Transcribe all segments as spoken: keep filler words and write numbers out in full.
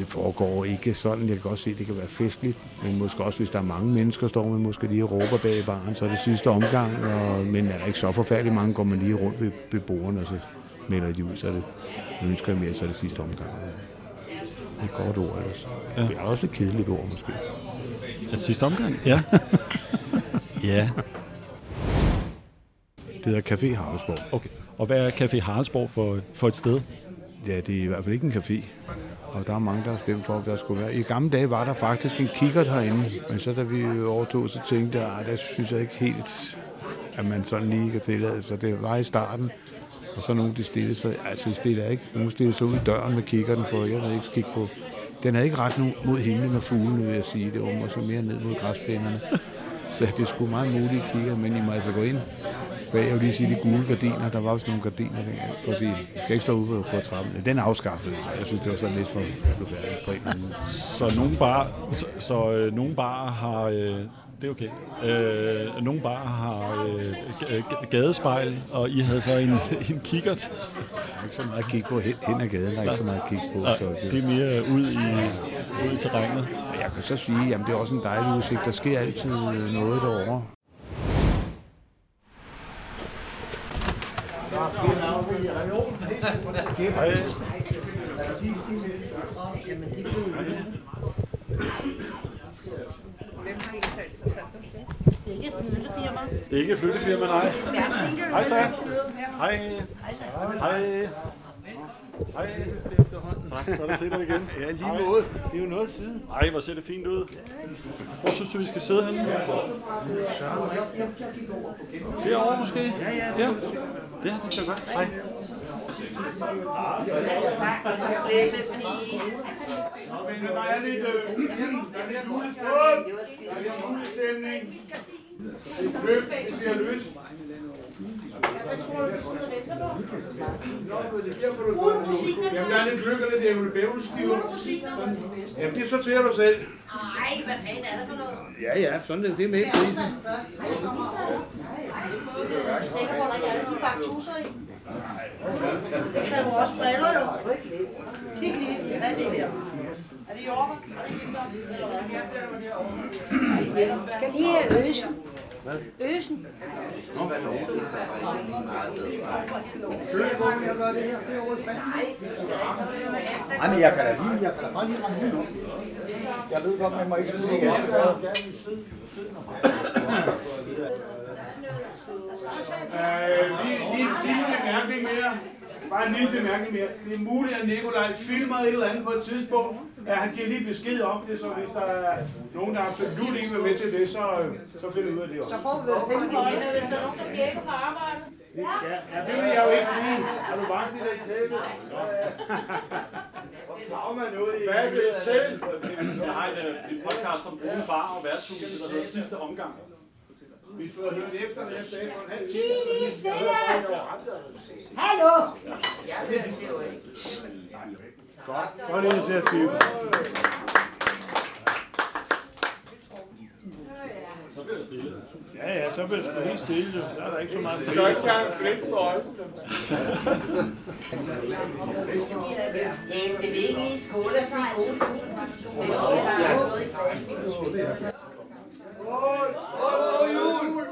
det foregår ikke sådan. Jeg kan godt se, at det kan være festligt, men måske også, hvis der er mange mennesker, står man måske lige og råber bag i baren, så er det sidste omgang, og, men er der ikke så forfærdeligt mange, går man lige rundt ved, ved bordene, og så melder de ud, så er det, man ønsker mere, så er det sidste omgang. Det er et godt ord, ellers. Ja. Det er også et kedeligt ord, måske. Er sidste omgang? Ja. Ja. Det hedder Café Haraldsborg. Okay. Og hvad er Café Haraldsborg for, for et sted? Ja, det er i hvert fald ikke en café. Og der er mange, der har stemt for, at der skulle være. I gamle dage var der faktisk en kikkert herinde, men så da vi overtog, så tænkte jeg, at der synes jeg ikke helt, at man sådan lige kan tillade. Så det var i starten, og så nogen, de stillede sig, altså de stillede ikke, nogen stillede sig ud i døren med kikkerten, for jeg havde ikke kigge på. Den havde ikke ret nu mod himlen og fuglene, vil jeg sige. Det var måske mere ned mod græsplænerne. Så det skulle meget muligt kigge, men I må altså gå ind. Jeg vil lige sige, de gule gardiner, der var også nogle gardiner, fordi de skal ikke stå ude på trappen. Den er afskaffet, så jeg synes, det var sådan lidt for blodfærdigt på en eller anden. Så nogle bar, så, så øh, nogle bar har, øh, det er okay, øh, nogle bar har øh, gadespejl, og I havde så en, en kikkert. Der er ikke så meget at kigge på hen, hen ad gaden, der er ikke så meget at kigge på. Nej, så det, det er mere ud i, ud i terrænet. Jeg kan så sige, at det er også en dejlig udsigt. Der sker altid noget derovre. Hej. Det er ikke et flyttefirma. Det er ikke et flyttefirma, nej. Hej så. Hej. Hej. Hej. Tak, godt at se dig igen. Ja, lige måde. Det er jo noget siden. Ej, hvor ser det fint ud. Hvor synes du, vi skal sidde henne? Derovre måske? Ja, ja. Ja, det er godt. Hej. Der er lidt julestemning. Løb, hvis vi har lyst. Jamen, der er lidt gløk, og lidt ævlebævleskiver. Jamen, det sorterer du selv. Ej, hvad fanden er det for noget? Ja, ja, sådan er det med prisen. Jeg er sikker på, at der ikke er nogen baktusser i. Det kræver også briller, jo. Kig lige. Hvad er det der? Er det jordbær? Skal lige have øsen. Hvad? Øsen. Nej, men jeg kan da lige, jeg kan da bare lige ramme ud. Jeg ved godt, man må ikke se jer. Lille bemærkning mere. Bare en lille bemærkning mere. Det er muligt, at Nikolaj filmer et eller andet på et tidspunkt, at han giver lige besked om det, så hvis der er nogen, der absolut ikke vil med til det, så, så finder vi ud af det også. Så får vi vel penge for det, hvis der er nogen, der bliver ikke på arbejde. Ja, ja, det vil jeg jo ikke sige. Har du vagt i dig selv? Hvor flager man noget i? Hvad er det selv? Jeg har en, en podcast om brune bar og værtshuse, der hedder Sidste Omgang. Vi skulle have hørt efter, hvad jeg sagde for en halv time. Tine, Stella! Hallo! Jeg hørte det jo ikke. Godt, godt initiativ. Så bliver det stille. Ja, ja, så bliver det sgu helt stille. Der er der ikke så meget fri. Så ikke engang glemme på øjnene. Skal vi ikke lige skåle og sige gode God jul!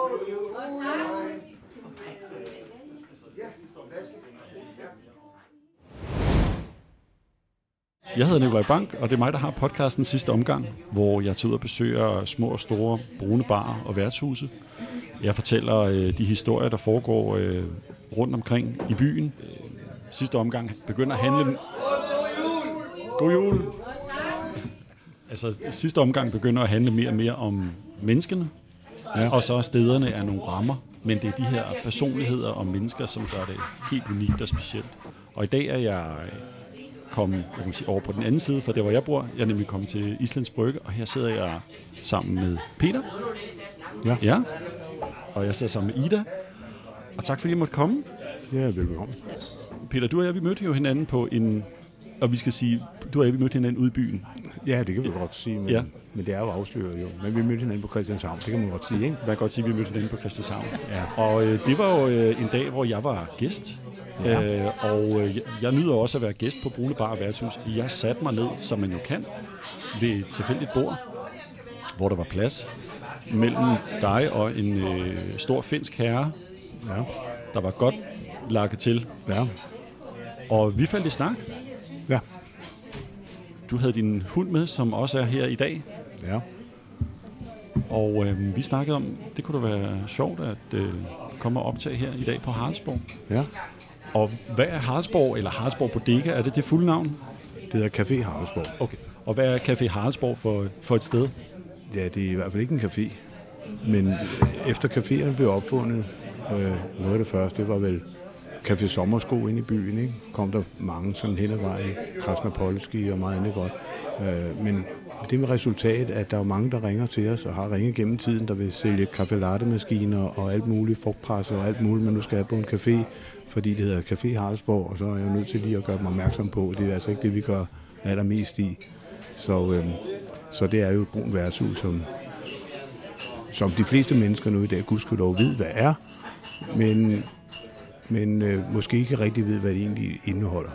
Jeg hedder Nikolaj Bank, og det er mig, der har podcasten Sidste Omgang, hvor jeg tager ud og besøger små og store brune barer og værtshuse. Jeg fortæller øh, de historier, der foregår øh, rundt omkring i byen. Øh, sidste omgang begynder at handle... God jul! Altså, sidste omgang begynder at handle mere og mere om menneskene, ja. Og så stederne er nogle rammer, men det er de her personligheder og mennesker, som gør det helt unikt og specielt. Og i dag er jeg kommet jeg kan sige, over på den anden side, for der hvor jeg bor. Jeg er nemlig kommet til Islands Brygge, og her sidder jeg sammen med Peter. Ja. Ja. Og jeg sidder sammen med Ida. Og tak fordi I måtte komme. Ja, velbekomme. Peter, du og jeg, vi mødte jo hinanden på en... Og vi skal sige, du og jeg, vi mødte hinanden ude i byen. Ja, det kan vi godt sige, men, ja. men det er jo afsløret jo. Men vi mødte hinanden på Christianshavn, det kan man godt sige, ikke? Man kan godt sige, at vi mødte hinanden på Christianshavn. Ja. Og øh, det var jo øh, en dag, hvor jeg var gæst Ja. Øh, og øh, jeg nyder også at være gæst på Brune Bar og Værtshus. Jeg satte mig ned, som man jo kan, ved et tilfældigt bord, hvor der var plads, mellem dig og en øh, stor finsk herre, ja, der var godt lakket til. Ja. Og vi faldt i snak. Ja. Du havde din hund med, som også er her i dag. Ja. Og øh, vi snakkede om, det kunne da være sjovt at øh, komme og optage her i dag på Haraldsborg. Ja. Og hvad er Haraldsborg, eller Haraldsborg Bodega? Er det det fulde navn? Det hedder Café Haraldsborg. Okay. Og hvad er Café Haraldsborg for, for et sted? Ja, det er i hvert fald ikke en café. Men efter caféerne blev opfundet, øh, noget af det første, det var vel Café Sommersko inde i byen, ikke? Kom der mange sådan hen ad vejen, Krasnopolski og meget andet godt. Øh, men det med resultat, at der er mange, der ringer til os og har ringet gennem tiden, der vil sælge kaffe latte-maskiner og alt muligt, frugtpresser og alt muligt, man nu skal have på en café, fordi det hedder Café Haraldsborg, og så er jeg nødt til lige at gøre mig opmærksom på, det er altså ikke det, vi gør allermest i. Så, øh, så det er jo et brunt værtshus, som, som de fleste mennesker nu i dag, gudskelov, ved, hvad er, men, men øh, måske ikke rigtig ved, hvad det egentlig indeholder.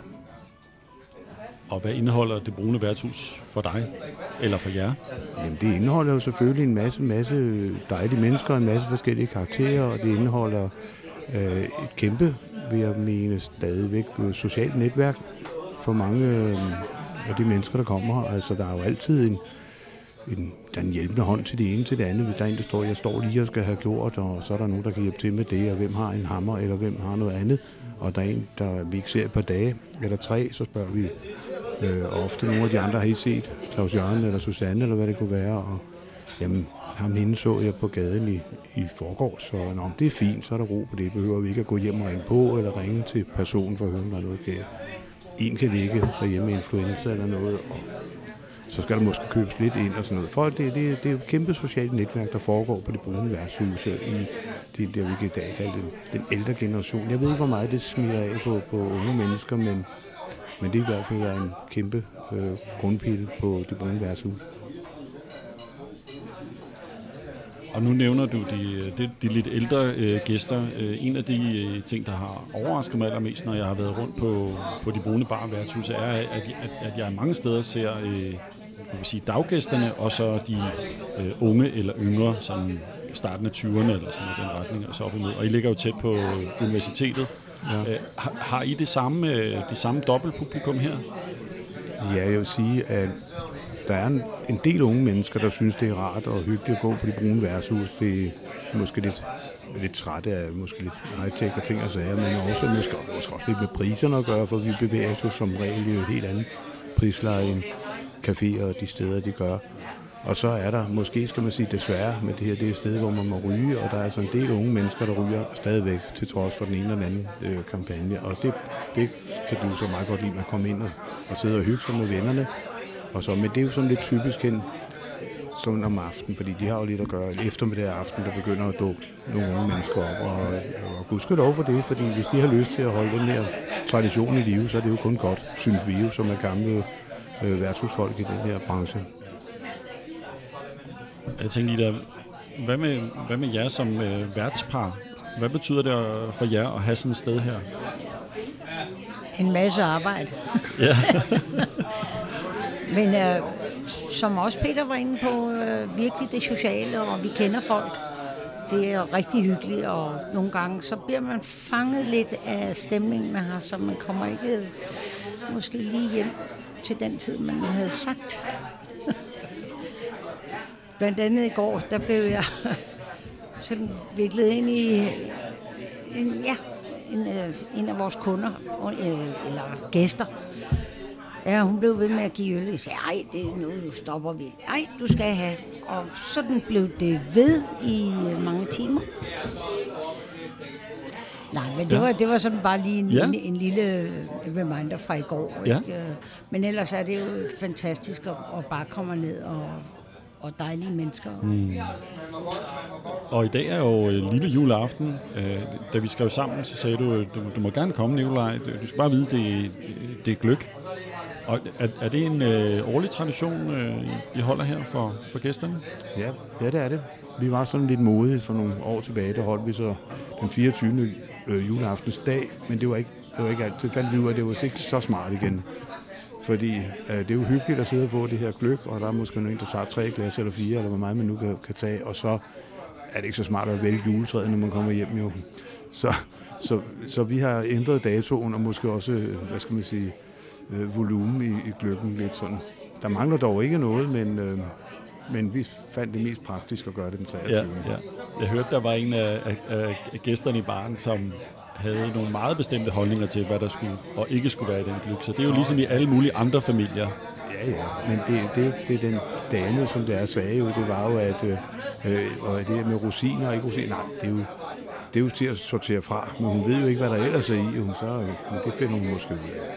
Og hvad indeholder det brune værtshus for dig, eller for jer? Jamen, det indeholder jo selvfølgelig en masse, masse dejlige mennesker, en masse forskellige karakterer, og det indeholder øh, et kæmpe, vil jeg mene, stadigvæk socialt netværk for mange øh, af de mennesker, der kommer her. Altså, der er jo altid en, en, der er en hjælpende hånd til det ene til det andet. Hvis der er en, der står, jeg står lige og skal have gjort, og så er der nogen, der kan hjælpe til med det, og hvem har en hammer, eller hvem har noget andet. Og der er en, der vi ikke ser et par dage, eller tre, så spørger vi øh, ofte nogle af de andre, har I set Claus Jørgen eller Susanne, eller hvad det kunne være. Og jamen, ham hende så jeg på gaden i, i forgårs, så når det er fint, så er der ro på det. Behøver vi ikke at gå hjem og ringe på, eller ringe til personen for at høre, om der er noget galt. En kan ligge derhjemme med influenza eller noget, og så skal der måske købes lidt ind og sådan noget. For det, det, det er jo et kæmpe socialt netværk, der foregår på det brune værtshus i det, der vi kan i dag kalde den, den ældre generation. Jeg ved ikke, hvor meget det smider af på, på unge mennesker, men, men det er i hvert fald en kæmpe øh, grundpille på det brune værtshus. Og nu nævner du de, de, de lidt ældre øh, gæster. Øh, en af de øh, ting, der har overrasket mig allermest, når jeg har været rundt på, på de brune bar og værtshuse, er, at, at, at jeg mange steder ser øh, jeg vil sige, daggæsterne, og så de øh, unge eller yngre, som starten af tyverne eller sådan i den retning, og så op imod. Og I ligger jo tæt på øh, universitetet. Ja. Øh, har, har I det samme, øh, det samme dobbeltpublikum her? Ja, jeg vil sige, at der er en, en del unge mennesker, der synes, det er rart og hyggeligt at gå på de brune værtshus. Det er måske lidt, lidt trætte af måske lidt high-tech og ting og sager, men også, måske, måske også lidt med priserne at gøre, for vi bevæger os jo som regel i et helt andet prisleje end caféer og de steder, de gør. Og så er der, måske skal man sige desværre, men det her det er et sted, hvor man må ryge, og der er altså en del unge mennesker, der ryger stadigvæk, til trods for den ene eller den anden øh, kampagne. Og det, det kan du så meget godt lide, at komme ind og, og sidde og hygge sig med vennerne. Og så, men det er jo sådan lidt typisk hen sådan om aftenen, fordi de har jo lidt at gøre. Eftermiddag aften, der begynder at dukke nogle unge mennesker op, og, og gudskelov for det, fordi hvis de har lyst til at holde den her tradition i live, så er det jo kun godt, synes vi jo, som er gamle øh, værtshusfolk i den her branche. Jeg tænker lige der, hvad med, hvad med jer som øh, værtspar? Hvad betyder det for jer at have sådan et sted her? En masse arbejde. Ja. Men øh, som også Peter var inde på, øh, virkelig det sociale, og vi kender folk. Det er rigtig hyggeligt, og nogle gange så bliver man fanget lidt af stemningen, man har, så man kommer ikke måske lige hjem til den tid, man havde sagt. Blandt andet i går, der blev jeg sådan viklet ind i en, ja, en, en af vores kunder, eller gæster. Ja, hun blev ved med at give øl. Jeg sagde, ej, det er nu stopper vi. Ej, du skal have. Og sådan blev det ved i mange timer. Nej, men det, ja. var, det var sådan bare lige en, ja. en, en lille reminder fra i går. Ja. Ikke? Men ellers er det jo fantastisk at, at bare komme ned og, og dejlige mennesker. Mm. Og i dag er jo lille juleaften. Da vi skrev sammen, så sagde du, du, du må gerne komme, Nikolaj. Du skal bare vide, det, det er gløgg. Og er, er det en øh, årlig tradition, øh, I holder her for, for gæsterne? Ja, ja, det er det. Vi var sådan lidt modige for nogle år tilbage. Der holdt vi så den fireogtyvende Øh, juleaftens dag, men det var ikke det var ikke alt. Det fandt vi ud af, det var ikke så smart igen. Fordi øh, det er jo hyggeligt at sidde og få det her gløgg, og der er måske nogen, der tager tre glas eller fire, eller hvor meget man nu kan, kan tage, og så er det ikke så smart at vælge juletræet, når man kommer hjem jo. Så, så, så vi har ændret datoen, og måske også, hvad skal man sige, øh, volumen i, i gløggen lidt sådan. Der mangler dog ikke noget, men, øh, men vi fandt det mest praktisk at gøre det den treogtyvende Ja, ja. Jeg hørte, der var en af, af, af gæsterne i baren, som havde nogle meget bestemte holdninger til, hvad der skulle og ikke skulle være i den gløgg. Så det er jo ligesom i alle mulige andre familier. Ja, ja, men det, det, det er den dame, som det er, sagde jo, det var jo, at øh, og det der med rosiner og ikke rosiner, nej, det er jo, det er jo til at sortere fra, men hun ved jo ikke, hvad der ellers er i, hun så, men det finder hun måske ud af.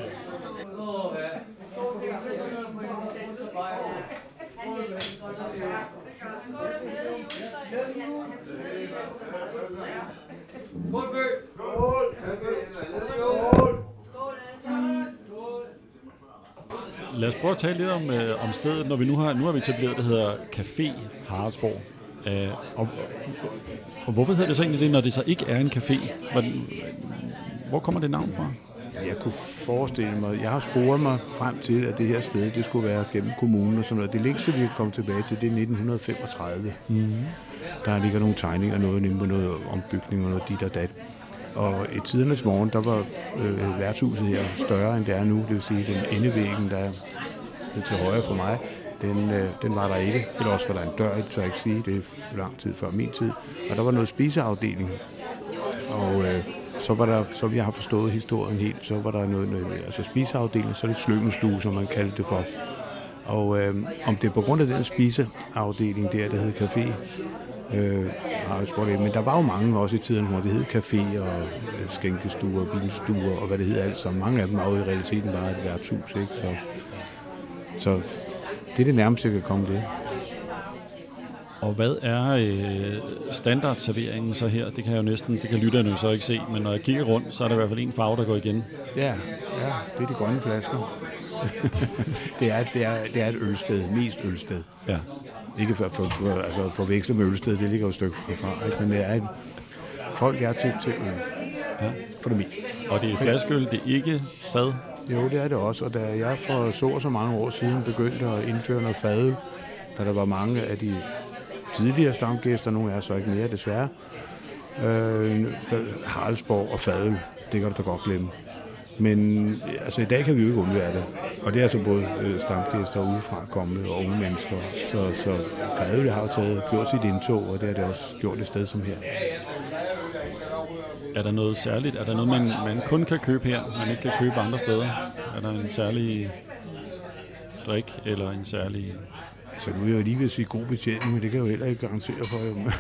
Lad os prøve at tale lidt om, øh, om stedet, når vi nu har, nu har vi etableret, det hedder Café Haraldsborg. Øh, og, og hvorfor hedder det så egentlig det, når det så ikke er en café? Hvor, hvor kommer det navn fra? Jeg kunne forestille mig, jeg har sporet mig frem til, at det her sted, det skulle være gennem kommunen og sådan noget. Det længste, vi kan komme tilbage til, det er nitten femogtredive. Mm-hmm. Der ligger nogle tegninger, noget inde på noget ombygning og noget dit og dat. Og i tidernes morgen, der var øh, værtshuset her større, end det er nu. Det vil sige, den endevæggen, der er til højre for mig, den, øh, den var der ikke. Eller også var der en dør, det tør jeg ikke sige. Det er lang tid før min tid. Og der var noget spiseafdeling. Og øh, så var der, så vi har forstået historien helt, så var der noget, noget altså spiseafdeling, så lidt slyngelstue, som man kaldte det for. Og øh, om det er på grund af den spiseafdeling der, der hed Café, Øh, men der var jo mange også i tiden, hvor det hed café og øh, skænkestuer, bilstuer og hvad det hedder alt sammen. Mange af dem er jo i realiteten bare et værtshus, ikke? Så, så det er det nærmeste, jeg kan komme det. Og hvad er øh, standardserveringen så her? Det kan jeg jo næsten, det kan lytterne jo så ikke se, men når jeg kigger rundt, så er der i hvert fald en farve, der går igen. Ja, ja, det er de grønne flasker. det, er, det, er, det er et ølsted, mest ølsted. Ja. Ikke for, for, for, altså forveksle med ølsted, det ligger jo et stykke fra, ikke? Men det er et, folk er til, til øl, ja. For det meste. Og det er flaskeøl, det er ikke fad? Jo, det er det også, og da jeg for så og så mange år siden begyndte at indføre noget fadøl, da der var mange af de tidligere stamgæster, nogle er så ikke mere desværre, øh, Haraldsborg og fadøl, det kan du da godt glemme. Men altså, i dag kan vi jo ikke undvære det. Og det er altså både øh, stamgæster udefra kommende og unge mennesker. Så, så fadøl har jo taget, gjort sit indtog, og det har det også gjort et sted som her. Er der noget særligt? Er der noget, man, man kun kan købe her, man ikke kan købe andre steder? Er der en særlig drik eller en særlig... Altså, nu er jeg jo lige ved at sige god betjening, men det kan jeg jo heller ikke garantere for.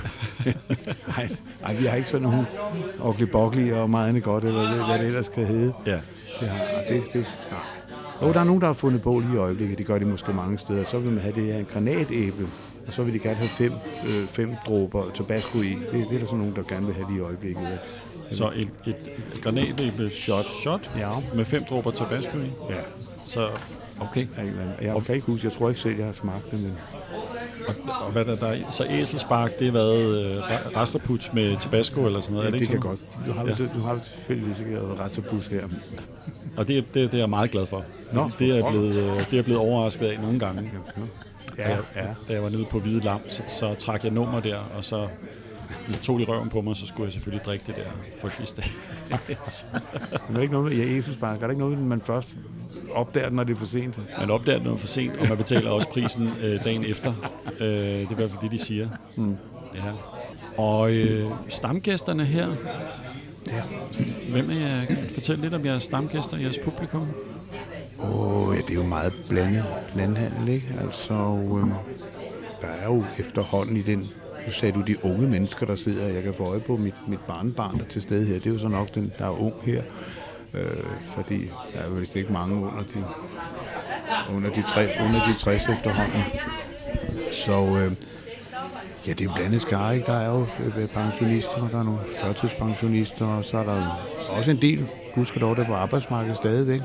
nej, nej, vi har ikke sådan nogle ugly-bugly og meget andet godt, eller hvad det ellers kan hedde. Ja. Det har, det, det, nej. Og der er nogen, der har fundet på lige i øjeblikket, det gør de måske mange steder. Så vil man have det her en granatæble, og så vil de gerne have fem, øh, fem dråber tabasco i. Det, det er der sådan nogen, der gerne vil have lige i øjeblikket. Ja. Så et, et, et granatæble shot, shot ja. Med fem dråber tabasco i? Ja. Så... Okay. Jeg kan ikke huske, jeg tror ikke selv, jeg har smagt det, men... Og, og hvad der, der er, så æselspark, det har været øh, rasterputs med tabasco eller sådan noget, ja, er det, det ikke kan godt. Du har, ja. du har tilfældigvis ikke rasterputs her. Og det, det, det er jeg meget glad for. Nå, det, er blevet, øh, det er jeg blevet overrasket af nogle gange. Ja, ja. Da jeg var nede på Hvide Lam, så, så trak jeg nummer der, og så... Så tog de røven på mig, så skulle jeg selvfølgelig drikke det der frygtelige sted. Men er ikke noget med ja, æselspark? Er der ikke noget, man først opdager, når det er for sent? Man opdager, når det er for sent, og man betaler også prisen øh, dagen efter. Øh, det er i hvert fald det, de siger. Mm. Ja. Og øh, stamgæsterne her, ja. Hvem er jeg? Kan fortælle lidt om jeres stamgæster, jeres publikum? Åh, oh, ja, det er jo meget blandet landhandel, ikke? Altså, øh, der er jo efterhånden i den... Nu sagde du de unge mennesker, der sidder, jeg kan få øje på mit, mit barnebarn, der er til stede her. Det er jo så nok den, der er ung her. Øh, fordi der er jo vist ikke mange under de, under de, tre, under de tres efterhånden. Så øh, ja, det er en blandet skare, ikke? Der er jo øh, pensionister, der er nogle førtidspensionister, og så er der også en del, gudskelov, der på arbejdsmarkedet stadigvæk.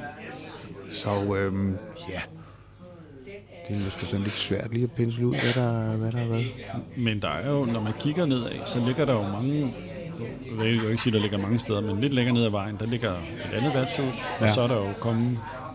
Så øh, ja... Det er måske sådan lidt svært lige at pensle ud, hvad der, hvad der har været. Men der er jo, når man kigger nedad, så ligger der jo mange jeg vil jo ikke sige, der ligger mange steder, men lidt længere ned ad vejen, der ligger et andet værtshus, ja. Og så er der jo kommet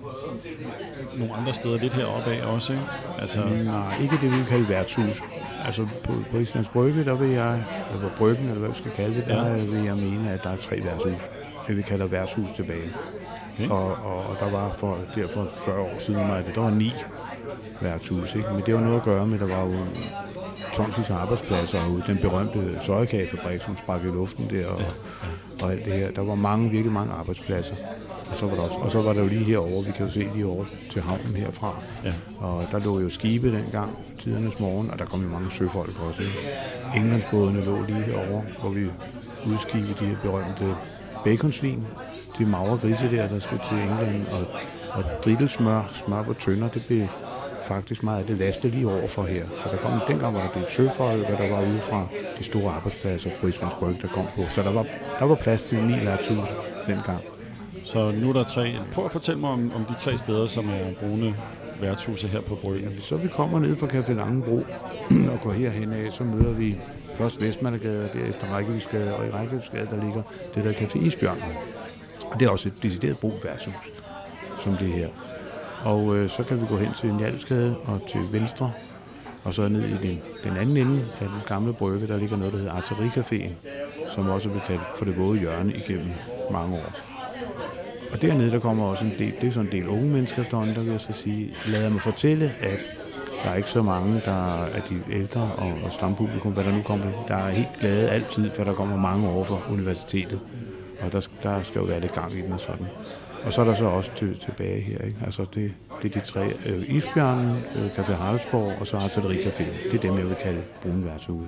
nogle andre steder lidt heroppe af også, ikke? Altså, nej, ikke det, vi vil kalde værtshus. Altså på, på Islands Brygge, der vil jeg, eller på Bryggen, eller hvad vi skal kalde det, der ja. vil jeg mene, at der er tre værtshus. Det vi kalder værtshus tilbage. Okay. Og, og, og der var for, der for fyrre år siden, der var ni værtshus, ikke? Men det var noget at gøre med, der var jo tonsvis af arbejdspladser herude. Den berømte sojekagefabrik, som sparkede i luften der, og, og alt det her. Der var mange, virkelig mange arbejdspladser. Og så var der, også, og så var der jo lige herovre, vi kan jo se lige over til havnen herfra. Ja. Og der lå jo skibe dengang, tidernes morgen, og der kom jo mange søfolk også. Englandsbådene lå lige herovre, hvor vi udskibede de her berømte baconsvin. De magre grise der, der skulle til England, og, og drittelsmør, smør på tønder, det blev faktisk meget af det lastet lige overfor her. Så der kom, dengang var der det søfolk, og der var ude fra de store arbejdspladser på Islands Brygge, der kom på. Så der var, der var plads til ni værtshus dengang. Så nu er der tre. Prøv at fortælle mig om, om de tre steder, som er brune værtshuse her på Bryggen. Så vi kommer ned fra Café Langebro og går herhen af, så møder vi først Vestmandergade, derefter Reykjaviksgade, og i Reykjaviksgade, der ligger det der Café Isbjørnen. Og det er også et decideret brunt værtshus, som det her. Og øh, så kan vi gå hen til Njalsgade og til venstre, og så ned i den, den anden ende af den gamle brygge, der ligger noget, der hedder Artillericaféen, som også er blevet kaldt for det våde hjørne igennem mange år. Og dernede, der kommer også en del, det er sådan en del unge mennesker efterhånden, der vil jeg så sige, lader mig fortælle, at der er ikke så mange, der er de ældre og, og stampublikum, hvad der nu kommer. Der er helt glade altid, for der kommer mange over fra universitetet, og der, der skal jo være lidt gang i den og sådan. Og så er der så også til, tilbage her, ikke? Altså det, det er de tre, øh, Isbjørnen, øh, Café Haraldsborg og så Artillericaféen. Det er dem, jeg vil kalde brune værtshuse.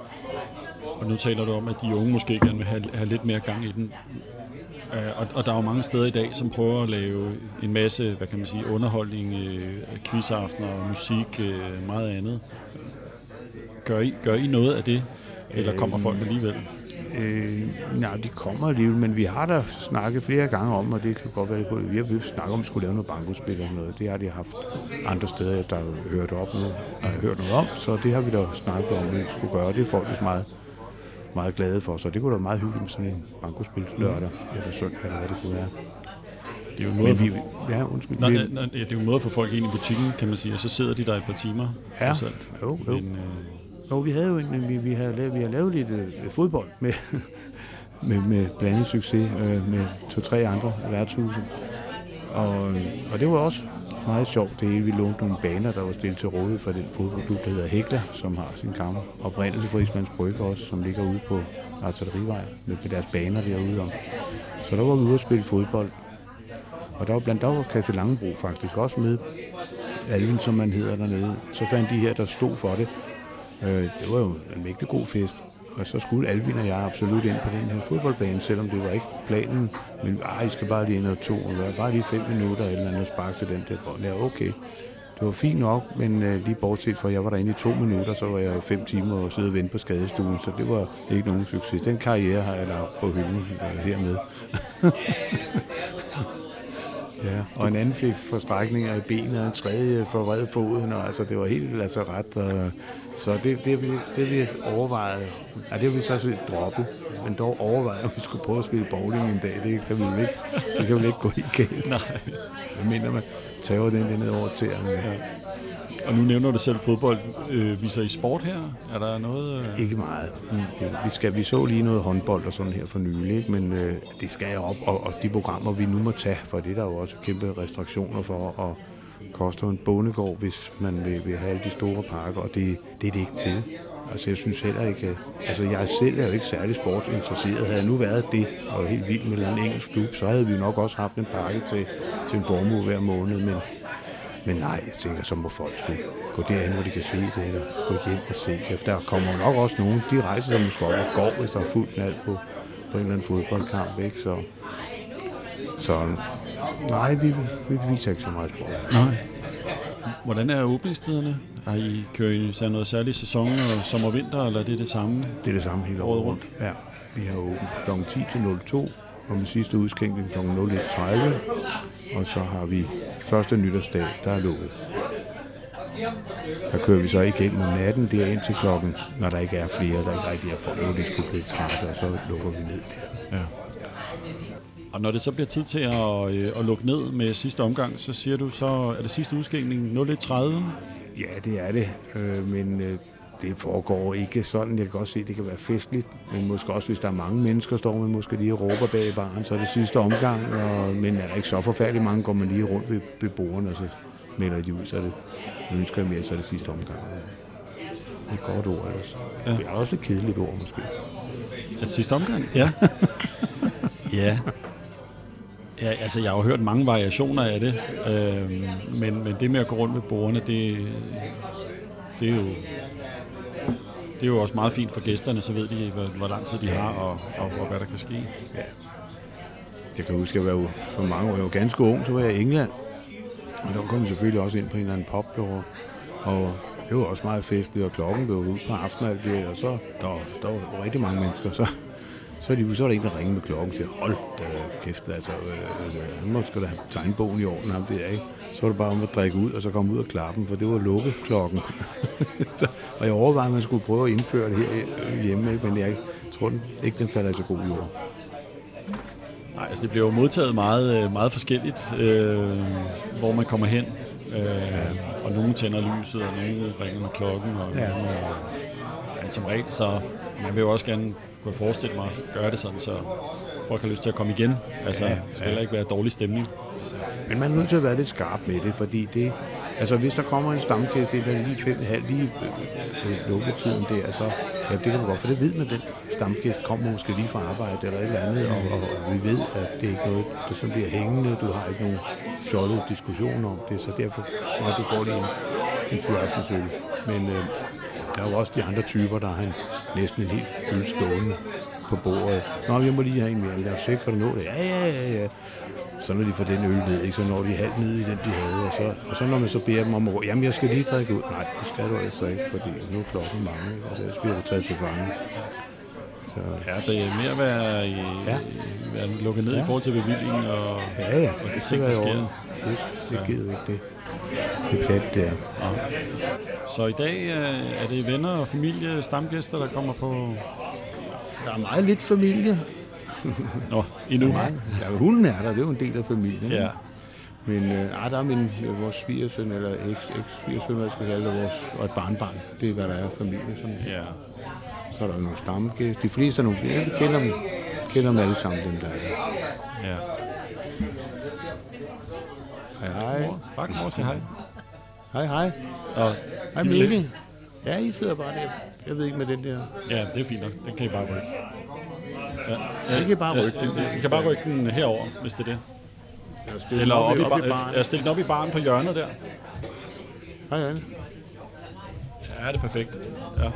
Og nu taler du om, at de unge måske gerne vil have, have lidt mere gang i den. Og, og der er jo mange steder i dag, som prøver at lave en masse, hvad kan man sige, underholdning, øh, quizaftener, musik, øh, meget andet. Gør I, gør I noget af det, eller kommer folk alligevel? Øh, nej, de kommer alligevel, men vi har da snakket flere gange om, og det kan godt være det på det. Vi har snakket om, at vi skulle lave noget bankospil eller noget. Det har de haft andre steder, der har hørt op nu, har hørt noget om, så det har vi da snakket om, at vi skulle gøre. Det er folk er meget, meget glade for, så det kunne da være meget hyggeligt med sådan en bankospil lørdag eller søndag, eller hvad det kunne være. Det er jo noget, vi, for... ja, undskyld. Nå, nej, nej, det er jo en måde at få folk ind i butikken, kan man sige, og så sidder de der et par timer. Ja, jo, jo. Men, øh... jo, vi havde jo en, vi, vi, har lavet, vi har lavet lidt øh, fodbold med, med, med blandet succes øh, med to-tre andre værtshuse. Og, og det var også meget sjovt, det hele. Vi lånte nogle baner, der var stillet til rådighed for den fodboldklub, der hedder Hekla, som har sin gamle oprindelse fra Islands Brygge også, som ligger ude på Artillerivej med deres baner derude om. Så der var vi ude at spille fodbold. Og der var blandt andet Café Langebro faktisk også med, Alvin, som man hedder dernede. Så fandt de her, der stod for det. Øh, det var jo en virkelig god fest. Og så skulle Alvin og jeg absolut ind på den her fodboldbane, selvom det var ikke planen. Men ej, I skal bare lige ind og to, og være bare lige fem minutter eller andet og sparke til den der bold. Ja, okay. Det var fint nok, men øh, lige bortset fra, at jeg var derinde i to minutter, så var jeg i fem timer og sidde og vente på skadestuen, så det var ikke nogen succes. Den karriere har jeg lagt på hylden øh, hernede. Ja, og en anden fik forstrækninger i benet, og en tredje forvred foden, og altså det var helt lazaret. Og, så det, det, det, det vi overvejede, ja, det har vi så set droppet, men dog overvejede, om vi skulle prøve at spille bowling en dag. Det kan vi jo ikke, det kan vi ikke gå i galt. Nej. Jeg mener, man tager den ned over til ham. Ja. Og nu nævner du selv fodbold. Øh, viser I sport her? Er der noget? Øh... Ikke meget. Mm. Ja, vi, skal, vi så lige noget håndbold og sådan her for nylig, ikke? Men øh, det skal jeg op, og, og de programmer, vi nu må tage, for det der er jo også kæmpe restriktioner for, og koster en bondegård, hvis man vil, vil have alle de store parker, og det, det er det ikke til. Altså jeg synes heller ikke, altså jeg selv er jo ikke særlig sportsinteresseret. Havde jeg nu været det, og helt vildt med en engelsk klub, så havde vi nok også haft en pakke til, til en formue hver måned, men Men nej, jeg tænker, så må folk skulle gå derhen, hvor de kan se det, eller gå hjem og se det. Der kommer nok også nogen, de rejser sig måske op og går, hvis der er fuldt knald på, på en eller anden fodboldkamp, ikke? Så, så nej, vi, vi viser ikke så meget sport. Nej. Hvordan er åbningstiderne? Har I kørt I så noget særlig sæson, og sommer og vinter, eller er det det samme? Det er det samme hele året rundt. Ja, vi har åbent klokken ti til nul to, og den sidste udskænkning klokken nul et tredive. Og så har vi første nytårsdag, der er lukket. der kører vi så igennem om natten der ind til klokken, når der ikke er flere, der ikke rigtig er folk, nu er det sgu blevet træt, og så lukker vi ned der. Ja. Og når det så bliver tid til at, øh, at lukke ned med sidste omgang, så siger du så, er det sidste udskænkning nul et tredive? Ja, det er det, øh, men øh, det foregår ikke sådan. Jeg kan godt se, at det kan være festligt, men måske også, hvis der er mange mennesker, står man måske lige og råber bag i baren, så er det sidste omgang, og, men er der ikke så forfærdeligt mange, går man lige rundt ved, ved bordene, og så melder de ud, så er det, ønsker jeg mere, så er det sidste omgang. Det er et godt ord ellers. Ja. Det er også et kedeligt ord, måske. Er det sidste omgang? Ja. Ja. Ja, altså jeg har jo hørt mange variationer af det, øh, men, men det med at gå rundt ved bordene, det, det, er jo, det er jo også meget fint for gæsterne, så ved de, hvor, hvor lang tid de har, og, og, og hvad der kan ske. Ja. Jeg kan huske, at jeg var jo for mange år, jeg var ganske ung, så var jeg i England, og der kom jeg selvfølgelig også ind på en eller anden pop, og det var også meget festligt, og klokken blev ud på aftenen, og så der, der var rigtig mange mennesker, så Så, de, så var der en, der ringede med klokken og sagde, hold da kæft, altså, øh, øh, han måtte sgu da have tegnbogen i orden, ham der, ikke? Så var det bare om at drikke ud, og så komme ud og klappe, for det var lukkeklokken. så, og jeg overvejede, at man skulle prøve at indføre det her hjemme, ikke? Men jeg tror ikke, den falder i så god jord. Nej, altså det bliver jo modtaget meget, meget forskelligt, øh, hvor man kommer hen, øh, ja. Og nogen tænder lyset, og nogen ringer med klokken, og ja. Nogen, øh, ja, som regel, så man vil jo også gerne kunne forestille mig at gøre det sådan, så folk har lyst til at komme igen. Altså, ja, ja. Det skal heller ikke være dårlig stemning. Altså. Men man er nødt til at være lidt skarp med det, fordi det, altså hvis der kommer en stamkæst, der er lige fem halv, lige øh, lukketiden der, så ja, det kan man godt, for det ved man, den stamkæst kommer måske lige fra arbejde eller et eller andet, og, og, og vi ved, at det er ikke noget, det er sådan, det er hængende, du har ikke nogen fjollede diskussioner om det, så derfor, når du får lige en, en fyraftenøl. Men øh, der er jo også de andre typer, der har en, næsten en helt øl stående på bordet. Nå, jeg må lige have en mere. Jeg er sikker, kan du nå det? Ja, ja, ja, ja. Så når de får den øl ned, ikke? Så når de halvt ned i den, de havde. Og så, og så når man så beder dem om at jamen, jeg skal lige drikke ud. Nej, det skal du altså ikke, fordi nu er klokken mange, ikke? Og så bliver du taget til fange. Så. Ja, det er mere at være, i, ja. være lukket ned ja. I forhold til bevillingen og, ja, ja. og det ting, der sker. Yes, det ja. Gider ikke det. Det er plat der. Ja. Så i dag er det venner og familie, stamgæster, der kommer på... Der er meget lidt familie. Nå, endnu. Ja, hunden er der, det er jo en del af familien. Ja. Men øh, der er min, vores svigersøn, eller eks-svigersøn, hvad jeg skal kalde det, vores, og et barnbarn. Det er, hvad der er familie. Sådan. Ja. Så er der nogle stamgæster. De fleste er nogle, ja, vi kender dem, kender dem alle sammen, dem der er. Ja. Hej, hej. Bakken mor, sig hej. Hej, hej. Og hej, Mikkel. Ja, I sidder bare der. Jeg ved ikke med den der. Ja, det er fint nok. Den kan I bare rykke. Ja. Ja, I kan bare rykke den. I kan bare rykke den herover, hvis det er det. Jeg Eller op, op, i, op bar- i baren. Jeg stiller den op i baren på hjørnet der. Hej, hej. Ja, det er perfekt. Ja.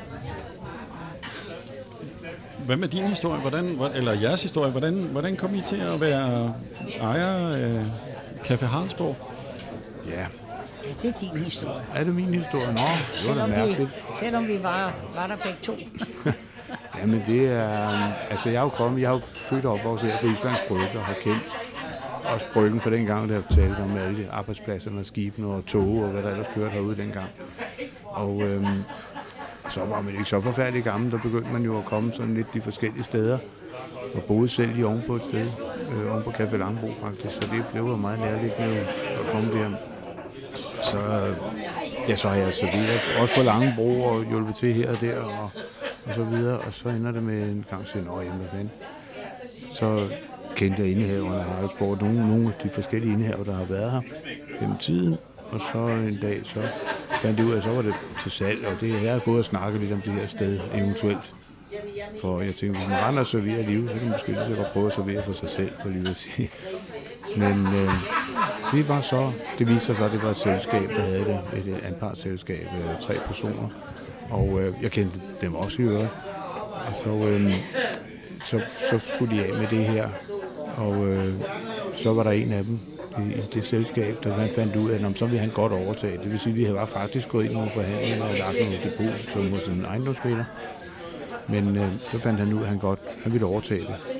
Hvad med din historie? Hvordan, eller jeres historie? Hvordan, hvordan kom I til at være ejer af Café Harnsborg? Ja. Ja, det er din historie. Er det min historie? Nå, det var da Selvom vi, mærkeligt. selvom vi var, var der begge to. Jamen det er, altså jeg er jo kommet, jeg har jo født op også her på Islands Brygge og har kendt også Bryggen for den gang, der har talt om alle de arbejdspladserne og skibene og tog og hvad der ellers kørte herude dengang. Og øhm, så var man ikke så forfærdelig gammel, der begyndte man jo at komme sådan lidt de forskellige steder og boede selv i oven på et sted, øh, oven på Café Langebro faktisk, så det blev jo meget nærliggende at komme der. Så, ja, så har jeg serveret også på Langebro og hjulpet til her og der og, og så videre, og så ender det med en gang til, åh, hjemme igen. Så kendte jeg indehaverne af Haraldsborg, nogle, nogle af de forskellige indehaver, der har været her gennem tiden, og så en dag, så fandt jeg ud af, at så var det til salg, og det er jeg gået og snakket lidt om det her sted eventuelt. For jeg tænkte, hvis man render og serverer liv, så kan man måske lige så godt prøve at servere for sig selv, for lige at sige. Men øh, det var så, det viste sig så, at det var et selskab, der havde det, et anpartsselskab, øh, tre personer, og øh, jeg kendte dem også i øvrigt. Og så, øh, så, så skulle de af med det her, og øh, så var der en af dem i, i det selskab, der han fandt ud af, at så ville han godt overtage. Det vil sige, at vi havde faktisk gået ind i nogle forhandlinger og lagt nogle depositum hos en ejendomsmægler. Men øh, så fandt han ud af, at han godt han ville overtage det.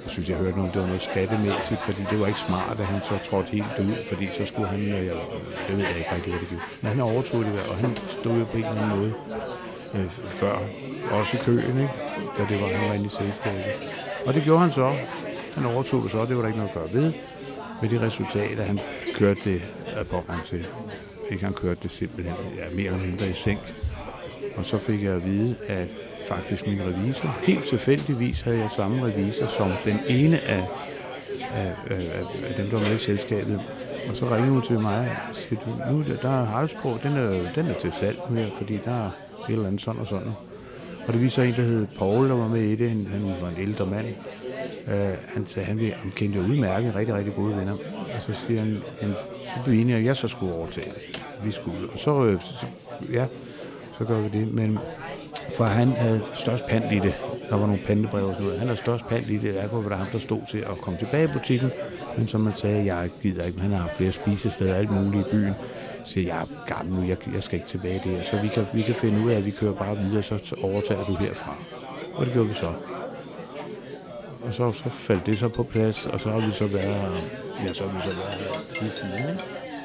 Jeg synes, jeg hørte noget, det var noget skattemæssigt, fordi det var ikke smart, at han så trådte helt ud, fordi så skulle han, øh, det ved jeg ikke rigtig, hvad det gjorde. Men han overtog det, og han stod jo på en eller anden måde øh, før, også i køen, ikke? Da det var, han var inde i selskabet. Og det gjorde han så. Han overtog det så, det var der ikke noget at gøre ved. Med det resultat, at han kørte det af pågang til. Ikke han kørte det simpelthen ja, mere eller mindre i sænk. Og så fik jeg at vide, at faktisk min revisor, helt tilfældigvis havde jeg samme revisor som den ene af, af, af, af dem, der var med i selskabet. Og så ringede hun til mig og siger, nu der er Haraldsborg, den er, den er til salg nu her, fordi der er et eller andet sådan og sådan. Og det viser en, der hed Paul, der var med i det. Han, han var en ældre mand. Uh, han sagde, han, han kendte jo udmærket, rigtig, rigtig gode venner. Og så siger han, så blev enige, at jeg så skulle overtage det. Vi skulle. Og så, så, ja, så gør vi det. Men for han havde størst pant i det. Der var nogle pantebreve og sådan noget. Han havde størst pant i det. Derfor var der ham, der stod til at komme tilbage i butikken. Men som man sagde, jeg gider ikke. Han har haft flere spisesteder, alt muligt i byen. Så jeg er gammel nu, jeg, jeg skal ikke tilbage der. Så vi kan, vi kan finde ud af, at vi kører bare videre, så overtager du herfra. Og det gjorde vi så. Og så, så faldt det så på plads, og så har vi så været, ja, så har vi så været her i siden, ikke?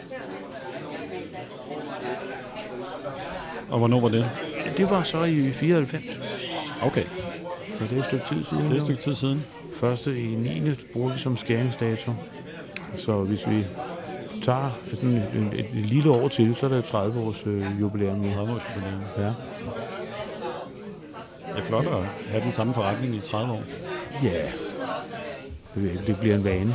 Og hvornår var det? Det var så i fireoghalvfems. Okay. Så det er et stykke tid siden. Det er et stykke tid siden. Første i niende bruger vi som skæringsdato. Så hvis vi tager sådan et, et, et lille år til, så er det tredive års øh, jubilæum. tredive års jubilæum. Ja. Det er flot at have den samme forretning i tredive år. Ja, det, det bliver en vane.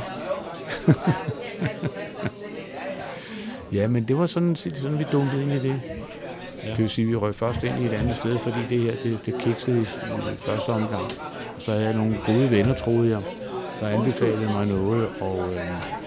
Ja, men det var sådan, sådan vi dumpede ind i det. Ja. Det vil sige, at vi røg først ind i et andet sted, fordi det her, det, det kiksede i første omgang. Og så havde jeg nogle gode venner, troede jeg, der anbefalede mig noget, og øh,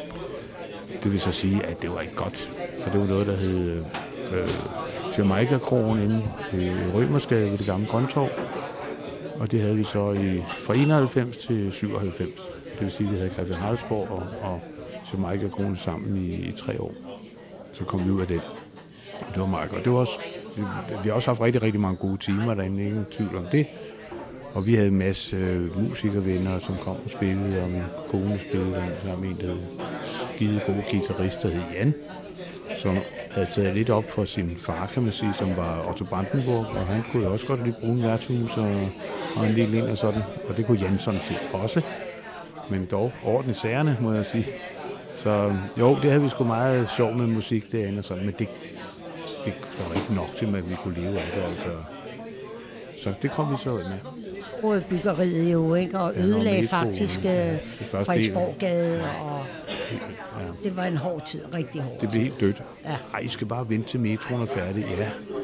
det vil så sige, at det var ikke godt. Og det var noget, der hed øh, Jamaica-krogen inde i Rømersgade ved det gamle Grøntorv. Og det havde vi så i, fra enoghalvfems til syvoghalvfems. Det vil sige, at vi havde Café Haraldsborg og, og Jamaica-kronen sammen i, i tre år. Så kom vi ud af det. Og det var meget godt. Det var også, vi, vi har også haft rigtig, rigtig mange gode timer derinde, ingen tvivl om det. Og vi havde en masse øh, musikervenner, som kom og spillede, og min kone spillede sammen med en, der hed skide gode guitarist, der hed Jan, som havde taget lidt op for sin far, kan man sige, som var Otto Brandenburg, og han kunne jo også godt lide bruge en værtshus og, og en lille en og sådan, og det kunne Jan sådan set også, men dog orden i sagerne, må jeg sige. Så jo, det havde vi sgu meget sjov med musik derinde og sådan, men det, det var ikke nok til, at vi kunne leve af det, altså. Så det kom vi så ud med. Brød byggeriet jo, ikke? Og ødelagde ja, faktisk ja, Frederiksborggade, og ja. Det var en hård tid, rigtig hård tid. Det blev helt dødt. Ja. Ej, I skal bare vente til metroen er færdig. Ja.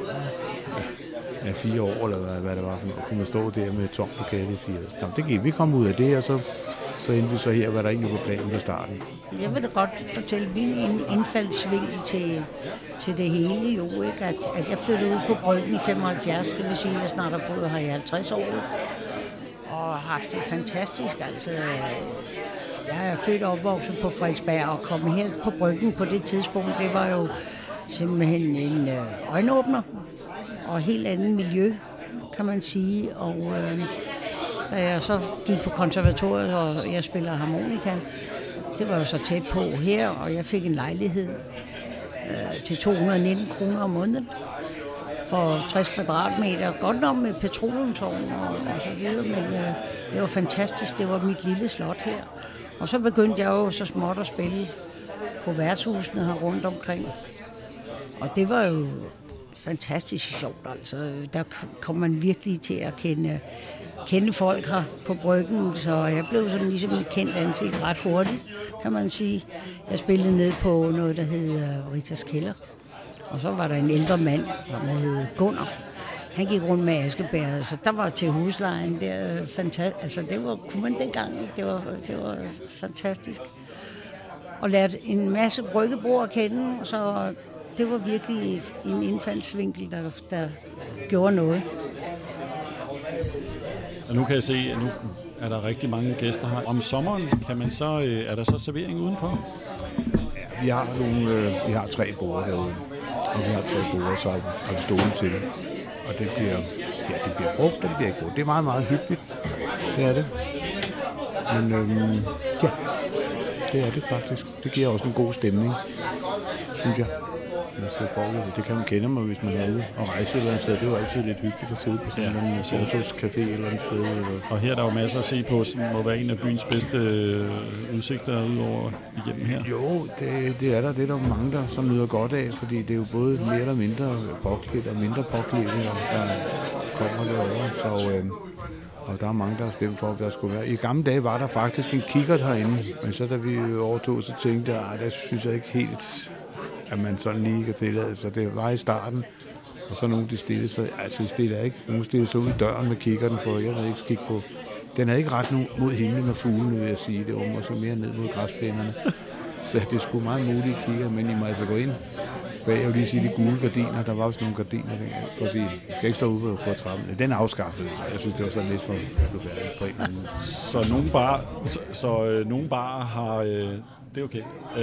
Ja, fire år, eller hvad, hvad det var for noget. Kunne man stå der med et tomt lokale i fire. Nå, det gik. Vi kom ud af det, og så, så endte vi så her, hvad der egentlig var planen fra starten. Jeg vil da godt fortælle min indfaldsvinkel til, til det hele, jo, ikke? At, at jeg flyttede ud på Bryggen i femoghalvfjerds, det vil sige, at jeg snart har boet her i halvtreds år, og har haft det fantastisk, altså. Jeg er født og opvokset på Frederiksberg, og kom her på Bryggen på det tidspunkt, det var jo simpelthen en øh, øjenåbner, og helt andet miljø, kan man sige, og øh, da jeg så gik på konservatoriet, og jeg spiller harmonika, det var jo så tæt på her, og jeg fik en lejlighed øh, til to hundrede og nitten kroner om måneden for tres kvadratmeter. Godt nok med petroleumsovn og, og så videre, men øh, det var fantastisk. Det var mit lille slot her. Og så begyndte jeg jo så småt at spille på værtshusene her rundt omkring. Og det var jo fantastisk sjovt, altså. Der kom man virkelig til at kende, kende folk her på Bryggen, så jeg blev sådan ligesom et kendt ansigt ret hurtigt, kan man sige. Jeg spillede ned på noget, der hed uh, Ritas Kælder, og så var der en ældre mand, som hed Gunnar. Han gik rundt med askebær, så der var til huslejen, der fantastisk. Altså det var, kunne man dengang, det var, det var fantastisk. Og lærte en masse bryggebrugere at kende, så det var virkelig en indfaldsvinkel, der, der gjorde noget. Og nu kan jeg se, at nu er der rigtig mange gæster her. Om sommeren kan man så, er der så servering udenfor? Ja, vi har nogle, øh, vi har tre borde derude, og vi har tre borde, så er vi stående til. Og det bliver, ja, det bliver brugt, og det bliver ikke brugt. Det er meget, meget hyggeligt. Det er det. Men øhm, ja, det er det faktisk. Det giver også en god stemning, synes jeg. Det kan man kende mig, hvis man er ude og rejse et eller andet sted. Det er jo altid lidt hyggeligt at sidde på sådan ja. en Sortos-café et eller andet sted. Eller... Og her er der jo masser at se på, som må være en af byens bedste øh, udsigter udover igennem her. Jo, det, det er der. Det er der mange, der som nyder godt af, fordi det er jo både mere eller mindre påklædt og mindre påklædt, der kommer derovre. Så, øh, og der er mange, der har stemt for, at der skulle være. I gamle dage var der faktisk en kikkert herinde, men så da vi overtog, så tænkte jeg, at det synes jeg ikke helt... at man sådan lige kan tillade sig. Det var i starten, og så nogen, de stillede sig, altså de stillede ikke, nogen stillede sig ud i døren med kikkerten, for jeg ved ikke kigge på. Den havde ikke ret nu mod himlen og fuglene, vil jeg sige. Det var måske mere ned mod græsplænerne. Så det skulle meget muligt kikker, men I må altså gå ind bag, jeg vil lige sige de gule gardiner. Der var også nogle gardiner, fordi de skal ikke stå ude på trappen. Den er afskaffet. Jeg synes, det var sådan lidt for blufærdigt på en eller anden. Så nogle bare, så, så øh, nogle bare har... Øh Det er okay.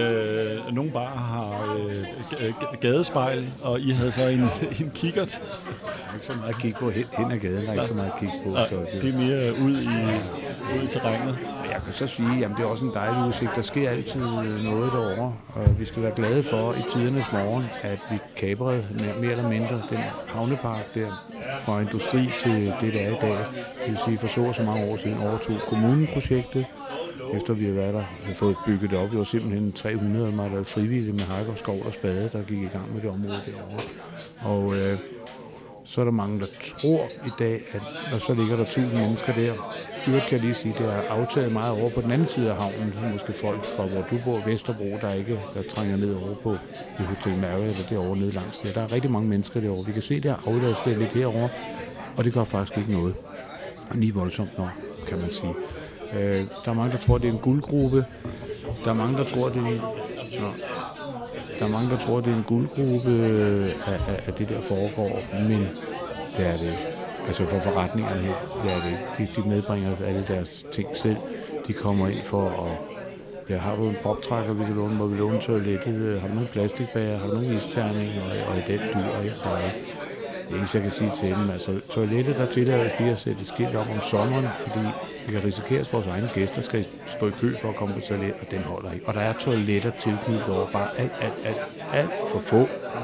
Øh, nogle bare har øh, gadespejl, og I havde så en, en kikkert. Der er ikke så meget at kigge på hen, hen ad gaden, der er ikke så meget at kigge på. Nej, så det... det er mere ud i, ud i terrænet. Jeg kan så sige, at det er også en dejlig udsigt. Der sker altid noget derovre, og vi skal være glade for i tidernes morgen, at vi kabrede mere eller mindre den havnepark der fra industri til det, der er i dag. Det vil sige, for så så mange år siden overtog kommunen projektet. Efter vi har været der og fået bygget det op. Vi var simpelthen tre hundrede, der var frivillige med hakker, skov og spade, der gik i gang med det område derovre. Og øh, så er der mange, der tror i dag, at når så ligger der tusind mennesker der. Øvrigt kan jeg lige sige, at det er aftaget meget over på den anden side af havnen. Måske folk fra, hvor du bor, Vesterbro, der ikke der trænger ned over på i Hotel Mary eller derovre nede langs der. Der er rigtig mange mennesker derovre. Vi kan se, det er afladet lidt derovre, og det gør faktisk ikke noget. Og lige voldsomt nok, kan man sige. Øh, der er mange, der tror, det er en guldgruppe. Der er mange, der tror, det er en... Nå. Der er mange, der tror, det er en guldgruppe af, af, af det, der foregår, men det er det ikke. Altså for forretningerne her, det er det ikke. De, de medbringer alle deres ting selv. De kommer ind for at... Ja, har du en proptrækker, vi kan låne, hvor vi låne toilettet? Har du nogle plastikbager? Har du nogle isterninger? Og, og i den dyr, ikke? Der er ikke. Det eneste, jeg kan sige til dem, altså toilettet, der tillader os lige at sætte et skilt op om sommeren, fordi det kan risikeres, at vores egne gæster skal stå i kø for at komme på toilet, og den holder ikke. Og der er toiletter tilknyttet over bare alt, alt, alt, alt for få,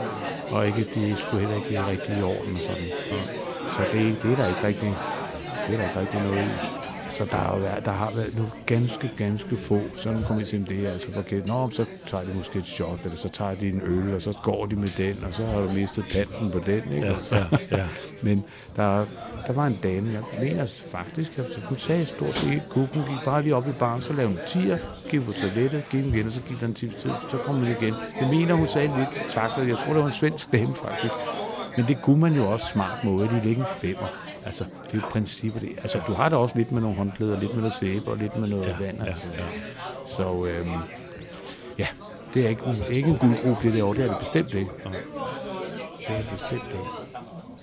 og ikke, de skulle heller ikke være rigtig i orden og sådan. Så, så det, det er der ikke rigtig, det er der ikke rigtig noget i. Altså, der har, været, der har været nu ganske, ganske få, sådan kommer jeg til, det er altså forkert. Nå, så tager de måske et shot, eller så tager de en øl, og så går de med den, og så har du mistet panten på den, ikke? Ja, ja, ja. Men der, der var en dame, jeg mener faktisk, at hun sagde stort set ikke kunne. Hun gik bare lige op i baren, så lavede hun tier, gik på toilettet, gik igen, og så gik der en time tid, så kom hun igen. Jeg mener, hun sagde lidt tak, og jeg tror, det var en svensk dame faktisk. Men det kunne man jo også smart måde, de ligger en femmer. Altså, det er jo princippet det. Altså, du har da også lidt med nogle håndklæder, lidt med noget sæbe og lidt med noget ja, vand. Altså. Ja, ja. Så øhm, ja, det er ikke, ikke en guldgruppe det derovre, det er det bestemt ikke. Det er det bestemt ikke.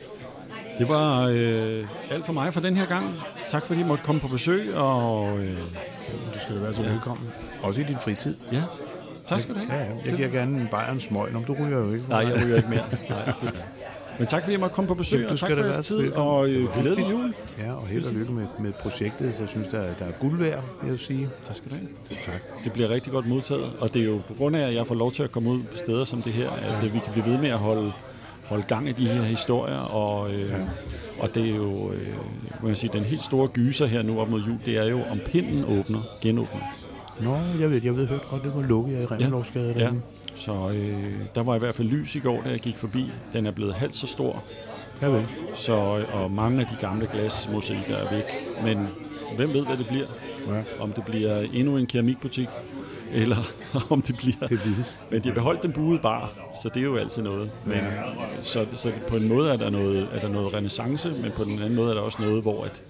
Det var øh, alt for mig for den her gang. Tak fordi I måtte komme på besøg. Og, øh, du skal da være så ja. velkommen. Også i din fritid. Ja, tak skal du have. Ja, ja. Jeg giver gerne en Bayern smøg. Nå, du ryger jo ikke. Nej, jeg ryger ikke mere. Nej, det Men tak fordi jeg måtte komme på besøg, du og tak for jeres tid, og øh, glædelig jul. Ja, og held og lykke med, med projektet. Jeg synes, der er, der er guld værd, vil jeg sige. Tak skal du have. Tak. Det bliver rigtig godt modtaget, og det er jo på grund af, at jeg får lov til at komme ud på steder som det her, at vi kan blive ved med at holde, holde gang i de her historier, og, øh, ja. og det er jo, øh, må jeg sige, den helt store gyser her nu op mod jul, det er jo, om pinden åbner, genåbner. Nå, jeg ved, jeg ved hørt godt, det var lukket i Remmelovsgade. Ja. Så øh, der var i hvert fald lys i går, da jeg gik forbi. Den er blevet halvt så stor. Ja, vel. Så, og mange af de gamle glasmosaikker er væk. Men hvem ved, hvad det bliver? Ja. Om det bliver endnu en keramikbutik, eller om det bliver... Det vides. Men de har beholdt den buede bar, så det er jo altid noget. Men, ja. så, så på en måde er der noget, er der noget renæssance, men på den anden måde er der også noget, hvor at,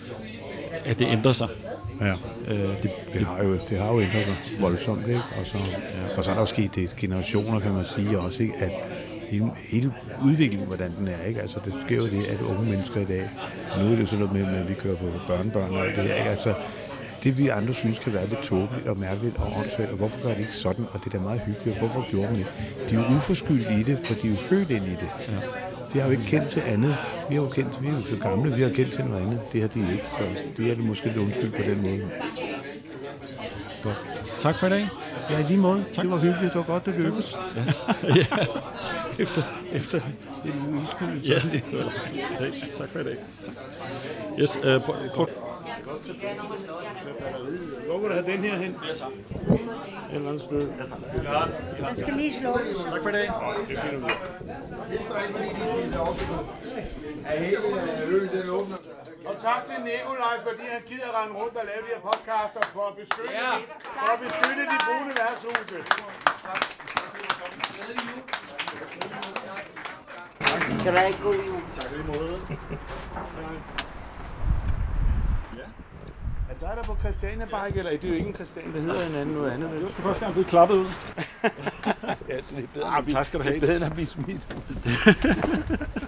at det ændrer sig. Ja, øh, det, det, har jo, det har jo ændret sig voldsomt, ikke? Og så, ja. og så er der jo sket det generationer, kan man sige, også, ikke? At hele, hele udviklingen, hvordan den er, ikke? Altså, det sker jo det, at unge mennesker i dag, og nu er det jo sådan noget med, at vi kører på børnebørn og alt det her, ikke? Altså, det vi andre synes kan være lidt tåbeligt og mærkeligt og åndssvagt, og hvorfor gør det ikke sådan, og det er da meget hyggeligt, og hvorfor gjorde man det? De er jo uforskyldt i det, for de er jo født ind i det. Ja. De har jo ikke kendt til andet. Vi har jo kendt, vi er jo så gamle, vi har kendt til noget andet. Det har de ikke, så det er det måske lidt undskyld på den måde. Godt. Tak for i dag. Ja, i lige måde. Tak. Det var hyggeligt. Det var godt, det lykkedes. Ja. ja. Efter, efter en uge iskud. Ja, det var lang tid. Hey, tak for i dag. Tak. Yes, uh, prøv, prøv. Hvor vil du have den her hen? Ja, tak. Et eller andet sted. Ja, tak. Den skal lige slå. Tak for i dag. Det finder vi. Og tak til Nikolaj, fordi han gider rende rundt og lave de her podcaster for at beskytte, ja. de, for at beskytte de brune værtshuse. Skal du have en god jul? Tak for i måde. Er dig der på Christiania Bike, eller det er jo ikke en Christian, der hedder en anden noget andet? Du skal første gang blive klappet ud. Ja, så det er bedre, ah, tak skal du have. Det er bedre end at blive smidt.